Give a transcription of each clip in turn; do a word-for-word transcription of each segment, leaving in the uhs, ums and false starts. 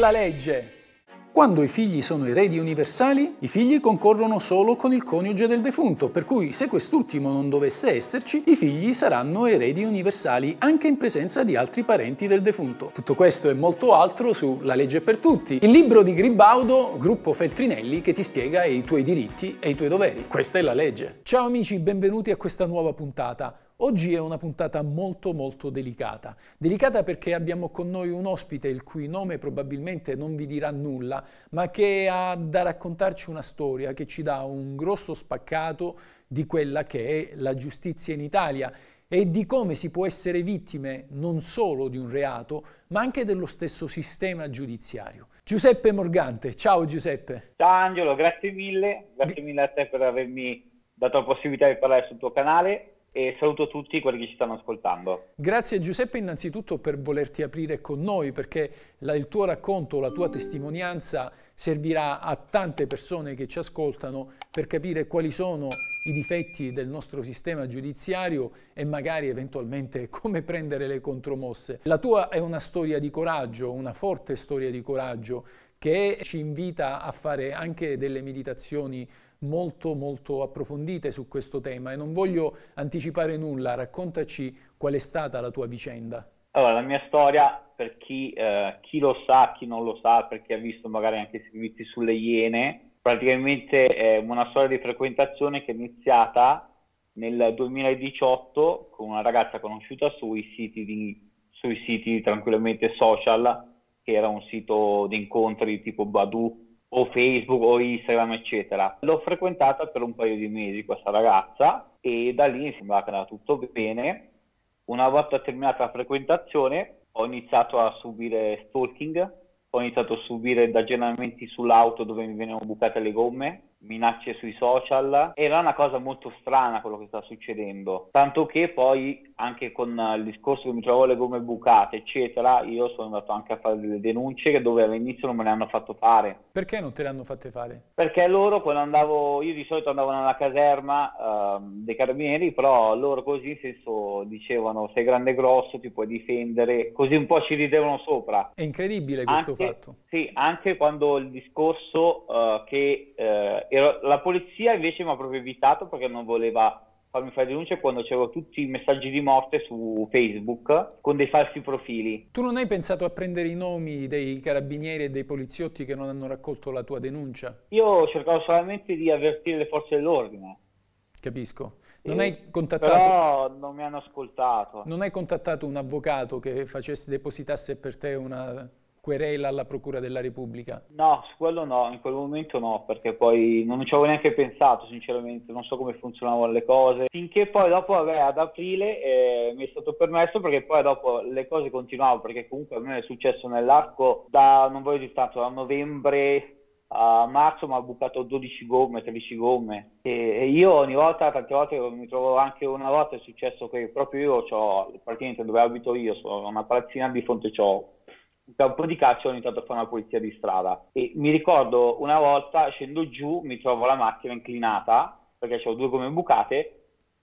la legge. Quando i figli sono eredi universali, i figli concorrono solo con il coniuge del defunto, per cui se quest'ultimo non dovesse esserci, i figli saranno eredi universali anche in presenza di altri parenti del defunto. Tutto questo e molto altro su La legge per tutti, il libro di Gribaudo, gruppo Feltrinelli, che ti spiega i tuoi diritti e i tuoi doveri. Questa è la legge. Ciao amici, benvenuti a questa nuova puntata. Oggi è una puntata molto molto delicata. Delicata perché abbiamo con noi un ospite il cui nome probabilmente non vi dirà nulla, ma che ha da raccontarci una storia che ci dà un grosso spaccato di quella che è la giustizia in Italia e di come si può essere vittime non solo di un reato, ma anche dello stesso sistema giudiziario. Giuseppe Morgante. Ciao Giuseppe. Ciao Angelo, grazie mille, grazie mille a te per avermi dato la possibilità di parlare sul tuo canale. E saluto tutti quelli che ci stanno ascoltando. Grazie Giuseppe innanzitutto per volerti aprire con noi, perché la, il tuo racconto, la tua testimonianza servirà a tante persone che ci ascoltano per capire quali sono i difetti del nostro sistema giudiziario e magari eventualmente come prendere le contromosse. La tua è una storia di coraggio, una forte storia di coraggio che ci invita a fare anche delle meditazioni molto molto approfondite su questo tema e non voglio anticipare nulla, raccontaci qual è stata la tua vicenda. Allora, la mia storia, per chi, eh, chi lo sa, chi non lo sa, perché ha visto magari anche i servizi sulle Iene, praticamente è una storia di frequentazione che è iniziata nel duemiladiciotto con una ragazza conosciuta sui siti, di, sui siti tranquillamente social, che era un sito di incontri tipo Badoo, o Facebook o Instagram eccetera. L'ho frequentata per un paio di mesi questa ragazza e da lì mi sembrava che andava tutto bene. Una volta terminata la frequentazione ho iniziato a subire stalking, ho iniziato a subire indagionamenti sull'auto dove mi venivano bucate le gomme, minacce sui social. Era una cosa molto strana quello che sta succedendo, tanto che poi anche con il discorso che mi trovavo le gomme bucate eccetera, io sono andato anche a fare delle denunce dove all'inizio non me le hanno fatto fare. Perché non te le hanno fatte fare? Perché loro quando andavo, io di solito andavo nella caserma uh, dei carabinieri, però loro così in senso dicevano sei grande e grosso, ti puoi difendere, così un po' ci ridevano sopra. È incredibile questo anche, fatto. Sì, anche quando il discorso uh, che uh, ero, la polizia invece mi ha proprio evitato perché non voleva farmi fare denunce quando c'erano tutti i messaggi di morte su Facebook con dei falsi profili. Tu non hai pensato a prendere i nomi dei carabinieri e dei poliziotti che non hanno raccolto la tua denuncia? Io cercavo solamente di avvertire le forze dell'ordine. Capisco. Non Eh, hai contattato... Però non mi hanno ascoltato. Non hai contattato un avvocato che facesse, depositasse per te una querela alla Procura della Repubblica? No, su quello no, in quel momento no, perché poi non ci avevo neanche pensato sinceramente, non so come funzionavano le cose. Finché poi dopo, vabbè, ad aprile eh, mi è stato permesso perché poi dopo le cose continuavano, perché comunque a me è successo nell'arco da, non voglio dire tanto, da novembre a marzo mi ha bucato dodici gomme, tredici gomme e, e io ogni volta, tante volte mi trovo, anche una volta è successo che proprio io c'ho, praticamente dove abito io, sono una palazzina di fronte, c'ho un campo di calcio, ho iniziato a fare una polizia di strada e mi ricordo una volta scendo giù, mi trovo la macchina inclinata perché c'ho due gomme bucate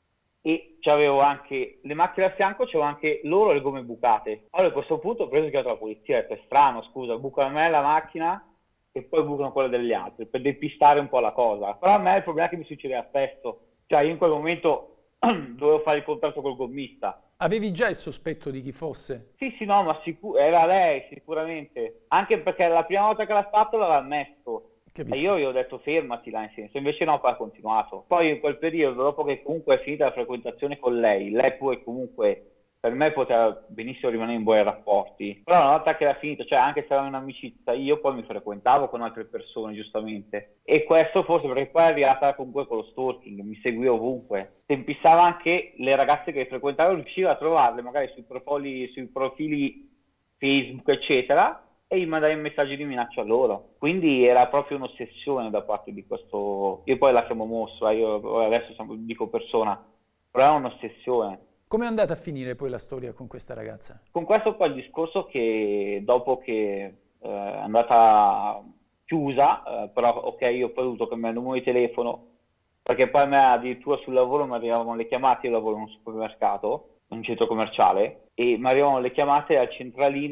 e c'avevo anche le macchine a fianco, c'avevo anche loro le gomme bucate. Allora a questo punto ho preso e ho chiamato la polizia, ho detto è strano, scusa, bucano a me la macchina e poi bucano quella degli altri per depistare un po' la cosa. Però a me il problema è che mi succedeva spesso, cioè io in quel momento dovevo fare il contratto col gommista. Avevi già il sospetto di chi fosse? Sì, sì, no, ma sicur- era lei sicuramente, anche perché la prima volta che l'ha fatto l'aveva ammesso. E io gli ho detto fermati là in senso, invece no, poi ha continuato. Poi in quel periodo, dopo che comunque è finita la frequentazione con lei, lei poi comunque per me poteva benissimo rimanere in buoni rapporti, però una volta che era finito, cioè anche se avevamo un'amicizia, io poi mi frequentavo con altre persone giustamente, e questo forse perché poi è arrivata comunque con lo stalking, mi seguiva ovunque, tempistava anche le ragazze che frequentavo, riusciva a trovarle magari sui profili, sui profili Facebook eccetera, e gli mandai messaggi di minaccia a loro, quindi era proprio un'ossessione da parte di questo, io poi la chiamo mostro, io adesso dico persona, però è un'ossessione. Come è andata a finire poi la storia con questa ragazza? Con questo poi il discorso che dopo che eh, è andata chiusa, eh, però ok, io poi ho dovuto cambiare il numero di telefono, perché poi a me addirittura sul lavoro mi arrivavano le chiamate, io lavoro in un supermercato, in un centro commerciale, e mi arrivavano le chiamate al centralino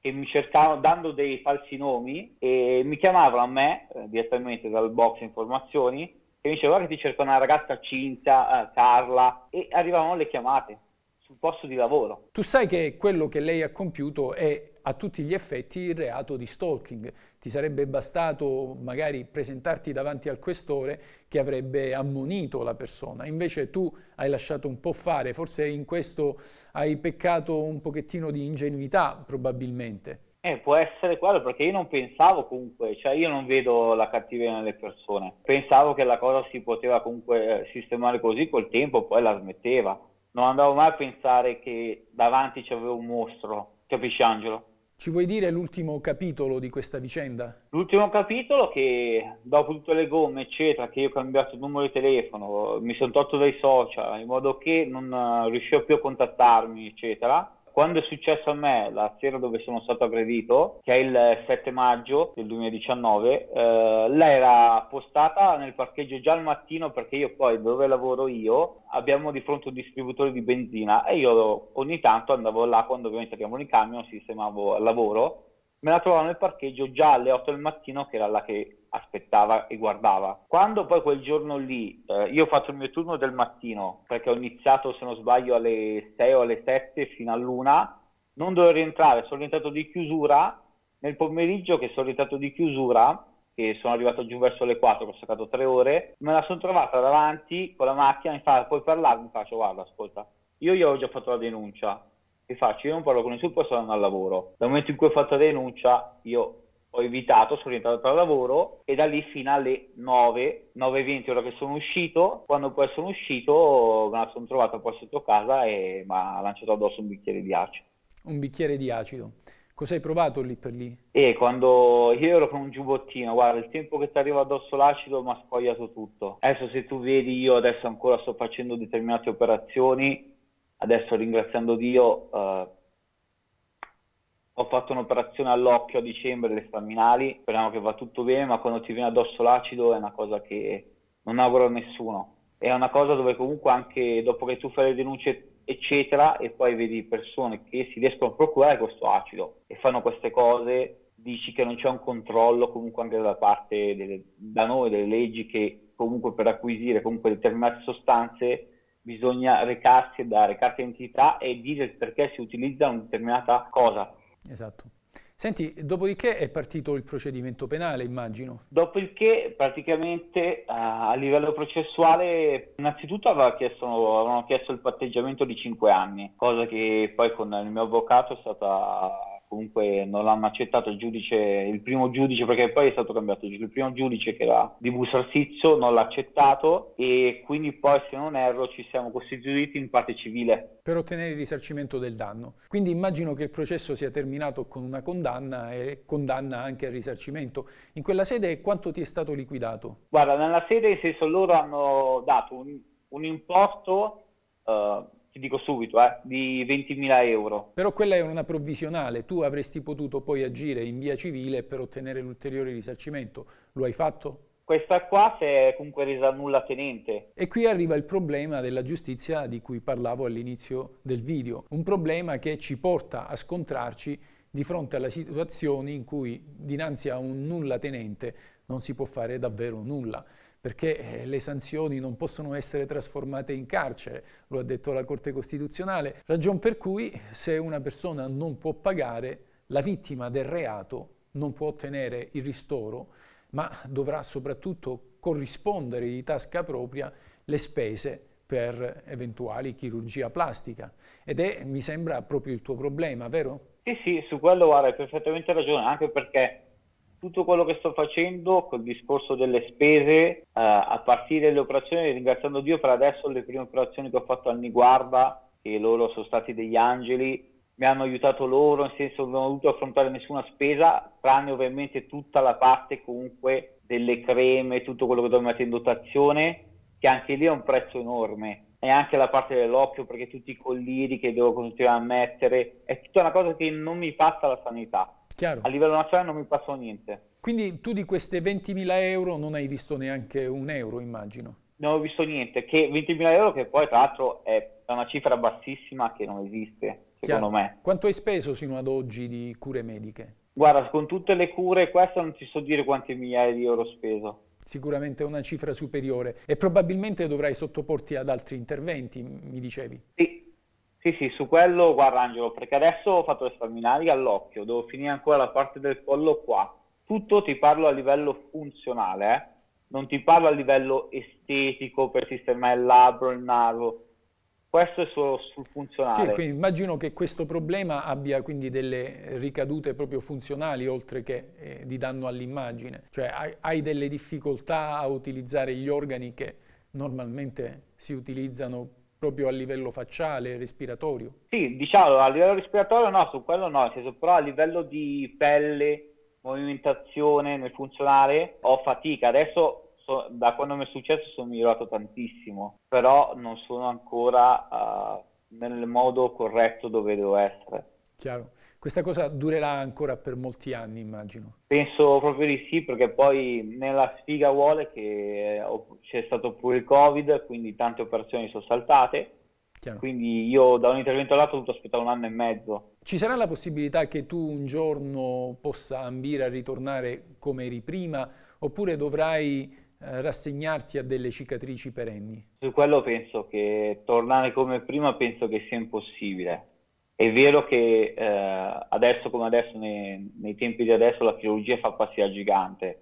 che mi cercavano dando dei falsi nomi e mi chiamavano a me eh, direttamente dal box informazioni e mi diceva che ti cerca una ragazza Cinzia, eh, Carla, e arrivavano le chiamate sul posto di lavoro. Tu sai che quello che lei ha compiuto è a tutti gli effetti il reato di stalking. Ti sarebbe bastato magari presentarti davanti al questore che avrebbe ammonito la persona. Invece tu hai lasciato un po' fare, forse in questo hai peccato un pochettino di ingenuità probabilmente. Eh, può essere quello, perché io non pensavo comunque, cioè io non vedo la cattiveria nelle persone. Pensavo che la cosa si poteva comunque eh, sistemare così col tempo, poi la smetteva. Non andavo mai a pensare che davanti c'avevo un mostro, capisci Angelo? Ci vuoi dire l'ultimo capitolo di questa vicenda? L'ultimo capitolo che dopo tutte le gomme eccetera, che io ho cambiato il numero di telefono, mi sono tolto dai social in modo che non eh, riuscivo più a contattarmi eccetera. Quando è successo a me la sera dove sono stato aggredito, che è il sette maggio del duemiladiciannove, eh, lei era postata nel parcheggio già al mattino perché io poi dove lavoro io abbiamo di fronte un distributore di benzina e io ogni tanto andavo là quando ovviamente abbiamo il camion, sistemavo al lavoro, me la trovavo nel parcheggio già alle otto del mattino che era là che aspettava e guardava. Quando poi quel giorno lì, eh, io ho fatto il mio turno del mattino, perché ho iniziato se non sbaglio alle sei o alle sette fino all'una, non dovevo rientrare, sono rientrato di chiusura, nel pomeriggio che sono rientrato di chiusura, che sono arrivato giù verso le quattro, che ho staccato tre ore, me la sono trovata davanti con la macchina, mi fa, puoi parlare? Mi faccio, guarda, ascolta, io gli ho già fatto la denuncia, che faccio? Io non parlo con nessuno, poi sono andato al lavoro. Dal momento in cui ho fatto la denuncia, io ho evitato, sono rientrato dal lavoro e da lì fino alle nove, nove e venti, ora che sono uscito, quando poi sono uscito me la sono trovata poi sotto casa e mi ha lanciato addosso un bicchiere di acido. Un bicchiere di acido. Cosa hai provato lì per lì? E quando io ero con un giubbottino, guarda, il tempo che ti arriva addosso l'acido mi ha spogliato tutto. Adesso se tu vedi, io adesso ancora sto facendo determinate operazioni, adesso ringraziando Dio, eh, ho fatto un'operazione all'occhio a dicembre, le staminali, speriamo che va tutto bene, ma quando ti viene addosso l'acido è una cosa che non auguro a nessuno. È una cosa dove comunque anche dopo che tu fai le denunce eccetera e poi vedi persone che si riescono a procurare questo acido e fanno queste cose, dici che non c'è un controllo comunque anche da parte delle, da noi, delle leggi, che comunque per acquisire comunque determinate sostanze bisogna recarsi e dare carta d'identità e dire il perché si utilizza una determinata cosa. Esatto. Senti, dopodiché è partito il procedimento penale, immagino. Dopodiché, praticamente, a livello processuale, innanzitutto aveva chiesto, avevano chiesto il patteggiamento di cinque anni, cosa che poi con il mio avvocato è stata... comunque non l'hanno accettato il giudice, il primo giudice, perché poi è stato cambiato il primo giudice che era di Busarsizio, non l'ha accettato e quindi poi se non erro ci siamo costituiti in parte civile. Per ottenere il risarcimento del danno. Quindi immagino che il processo sia terminato con una condanna e condanna anche al risarcimento. In quella sede quanto ti è stato liquidato? Guarda, nella sede nel senso loro hanno dato un, un importo... Uh, ti dico subito, eh, di ventimila euro. Però quella è una provvisionale, tu avresti potuto poi agire in via civile per ottenere l'ulteriore risarcimento. Lo hai fatto? Questa qua si è comunque resa nulla tenente. E qui arriva il problema della giustizia di cui parlavo all'inizio del video. Un problema che ci porta a scontrarci di fronte alla situazione in cui dinanzi a un nulla tenente non si può fare davvero nulla, perché le sanzioni non possono essere trasformate in carcere, lo ha detto la Corte Costituzionale, ragion per cui se una persona non può pagare, la vittima del reato non può ottenere il ristoro, ma dovrà soprattutto corrispondere di tasca propria le spese per eventuali chirurgia plastica. Ed è, mi sembra, proprio il tuo problema, vero? Sì, sì, su quello guarda, hai perfettamente ragione, anche perché tutto quello che sto facendo col discorso delle spese, eh, a partire dalle operazioni, ringraziando Dio per adesso, le prime operazioni che ho fatto al Niguarda, che loro sono stati degli angeli, mi hanno aiutato loro, nel senso che non ho dovuto affrontare nessuna spesa, tranne ovviamente tutta la parte comunque delle creme, tutto quello che devo mettere in dotazione, che anche lì è un prezzo enorme. E anche la parte dell'occhio, perché tutti i colliri che devo continuare a mettere, è tutta una cosa che non mi passa la sanità. Chiaro. A livello nazionale non mi passano niente. Quindi tu di queste ventimila euro non hai visto neanche un euro, immagino? Non ho visto niente, che ventimila euro che poi tra l'altro è una cifra bassissima che non esiste. secondo Chiaro. me. Quanto hai speso sino ad oggi di cure mediche? Guarda, con tutte le cure, questo non ti so dire quanti migliaia di euro ho speso. Sicuramente una cifra superiore e probabilmente dovrai sottoporti ad altri interventi, mi dicevi. Sì, sì, sì, su quello, guarda Angelo, perché adesso ho fatto le staminali all'occhio, devo finire ancora la parte del collo qua. Tutto ti parlo a livello funzionale, eh? Non ti parlo a livello estetico per sistemare il labbro, il naso. Questo è solo sul Sì, funzionale. quindi immagino che questo problema abbia quindi delle ricadute proprio funzionali oltre che eh, di danno all'immagine, cioè hai, hai delle difficoltà a utilizzare gli organi che normalmente si utilizzano proprio a livello facciale, respiratorio. Sì, diciamo a livello respiratorio no, su quello no, nel senso, però a livello di pelle, movimentazione nel funzionale ho fatica. Adesso so, da quando mi è successo sono migliorato tantissimo, però non sono ancora uh, nel modo corretto dove devo essere. Chiaro. Questa cosa durerà ancora per molti anni, immagino. Penso proprio di sì, perché poi nella sfiga vuole che ho- c'è stato pure il Covid, quindi tante operazioni sono saltate. Chiaro. Quindi io da un intervento all'altro ho dovuto aspettare un anno e mezzo. Ci sarà la possibilità che tu un giorno possa ambire a ritornare come eri prima, oppure dovrai eh, rassegnarti a delle cicatrici perenni? Su quello penso che tornare come prima penso che sia impossibile. È vero che eh, adesso come adesso, nei, nei tempi di adesso, la chirurgia fa passi a gigante,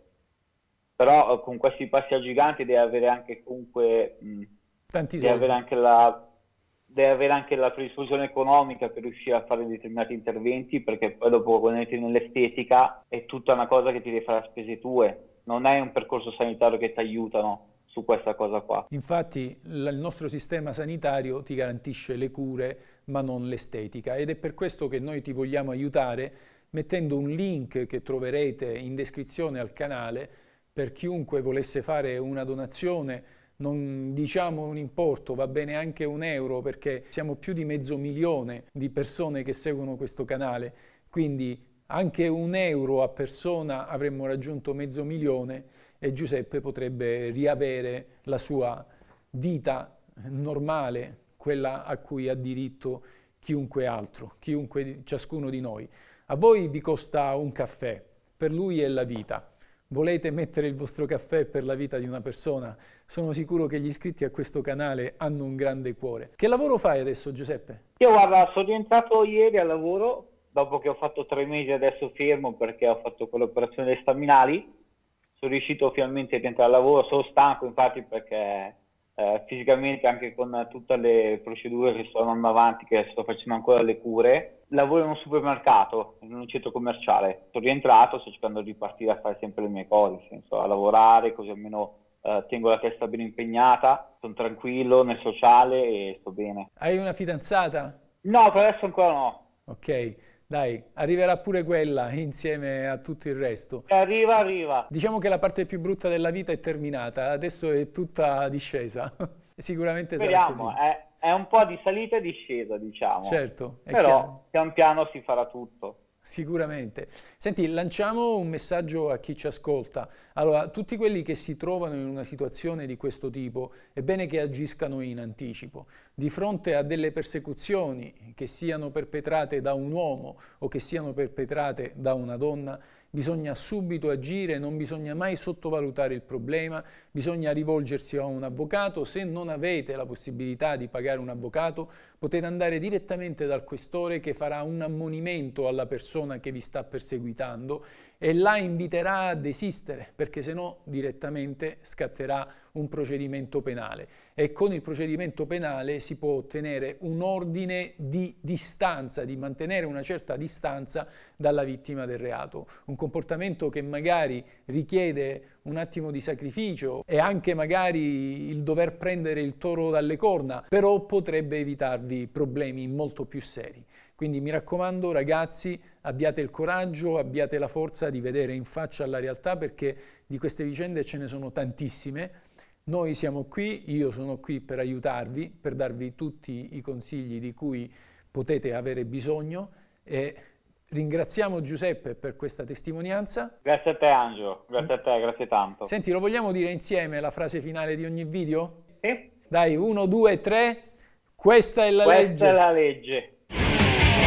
però eh, con questi passi a gigante devi avere anche comunque mh, Tanti devi avere soldi. anche la, devi avere anche la predisposizione economica per riuscire a fare determinati interventi, perché poi dopo quando entri nell'estetica è tutta una cosa che ti devi fare a spese tue, non è un percorso sanitario che ti aiutano su questa cosa qua. Infatti l- il nostro sistema sanitario ti garantisce le cure ma non l'estetica ed è per questo che noi ti vogliamo aiutare mettendo un link che troverete in descrizione al canale per chiunque volesse fare una donazione. Non diciamo un importo, va bene anche un euro perché siamo più di mezzo milione di persone che seguono questo canale, quindi anche un euro a persona avremmo raggiunto mezzo milione e Giuseppe potrebbe riavere la sua vita normale, quella a cui ha diritto chiunque altro, chiunque, ciascuno di noi. A voi vi costa un caffè, per lui è la vita. Volete mettere il vostro caffè per la vita di una persona? Sono sicuro che gli iscritti a questo canale hanno un grande cuore. Che lavoro fai adesso, Giuseppe? Io guarda, sono rientrato ieri al lavoro, dopo che ho fatto tre mesi adesso fermo perché ho fatto quell'operazione dei staminali. Sono riuscito finalmente a rientrare al lavoro, sono stanco infatti perché eh, fisicamente anche con tutte le procedure che sto andando avanti, che sto facendo ancora le cure, lavoro in un supermercato, in un centro commerciale. Sono rientrato, sto cercando di ripartire a fare sempre le mie cose, nel senso a lavorare, così almeno eh, tengo la testa ben impegnata, sono tranquillo nel sociale e sto bene. Hai una fidanzata? No, per adesso ancora no. Ok, dai, arriverà pure quella insieme a tutto il resto. Arriva, arriva. Diciamo che la parte più brutta della vita è terminata, adesso è tutta discesa. Sicuramente sarà Speriamo, così. è, è un po' di salita e discesa, diciamo. Certo, è Però chiaro. pian piano si farà tutto. Sicuramente. Senti, lanciamo un messaggio a chi ci ascolta. Allora, tutti quelli che si trovano in una situazione di questo tipo, è bene che agiscano in anticipo. Di fronte a delle persecuzioni, che siano perpetrate da un uomo o che siano perpetrate da una donna, bisogna subito agire, non bisogna mai sottovalutare il problema, bisogna rivolgersi a un avvocato. Se non avete la possibilità di pagare un avvocato, potete andare direttamente dal questore che farà un ammonimento alla persona che vi sta perseguitando e la inviterà a desistere, perché se no direttamente scatterà un procedimento penale e con il procedimento penale si può ottenere un ordine di distanza, di mantenere una certa distanza dalla vittima del reato, un comportamento che magari richiede un attimo di sacrificio e anche magari il dover prendere il toro dalle corna, però potrebbe evitarvi problemi molto più seri. Quindi mi raccomando ragazzi, abbiate il coraggio, abbiate la forza di vedere in faccia alla realtà, perché di queste vicende ce ne sono tantissime. Noi siamo qui, io sono qui per aiutarvi, per darvi tutti i consigli di cui potete avere bisogno e ringraziamo Giuseppe per questa testimonianza. Grazie a te Angelo, grazie a te, grazie tanto. Senti, lo vogliamo dire insieme la frase finale di ogni video? Sì. Dai, uno, due, tre, questa è la Questa legge. è la legge.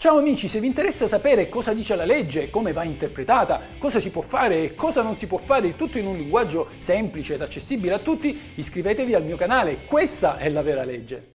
Ciao amici, se vi interessa sapere cosa dice la legge, come va interpretata, cosa si può fare e cosa non si può fare, il tutto in un linguaggio semplice ed accessibile a tutti, iscrivetevi al mio canale, questa è la vera legge.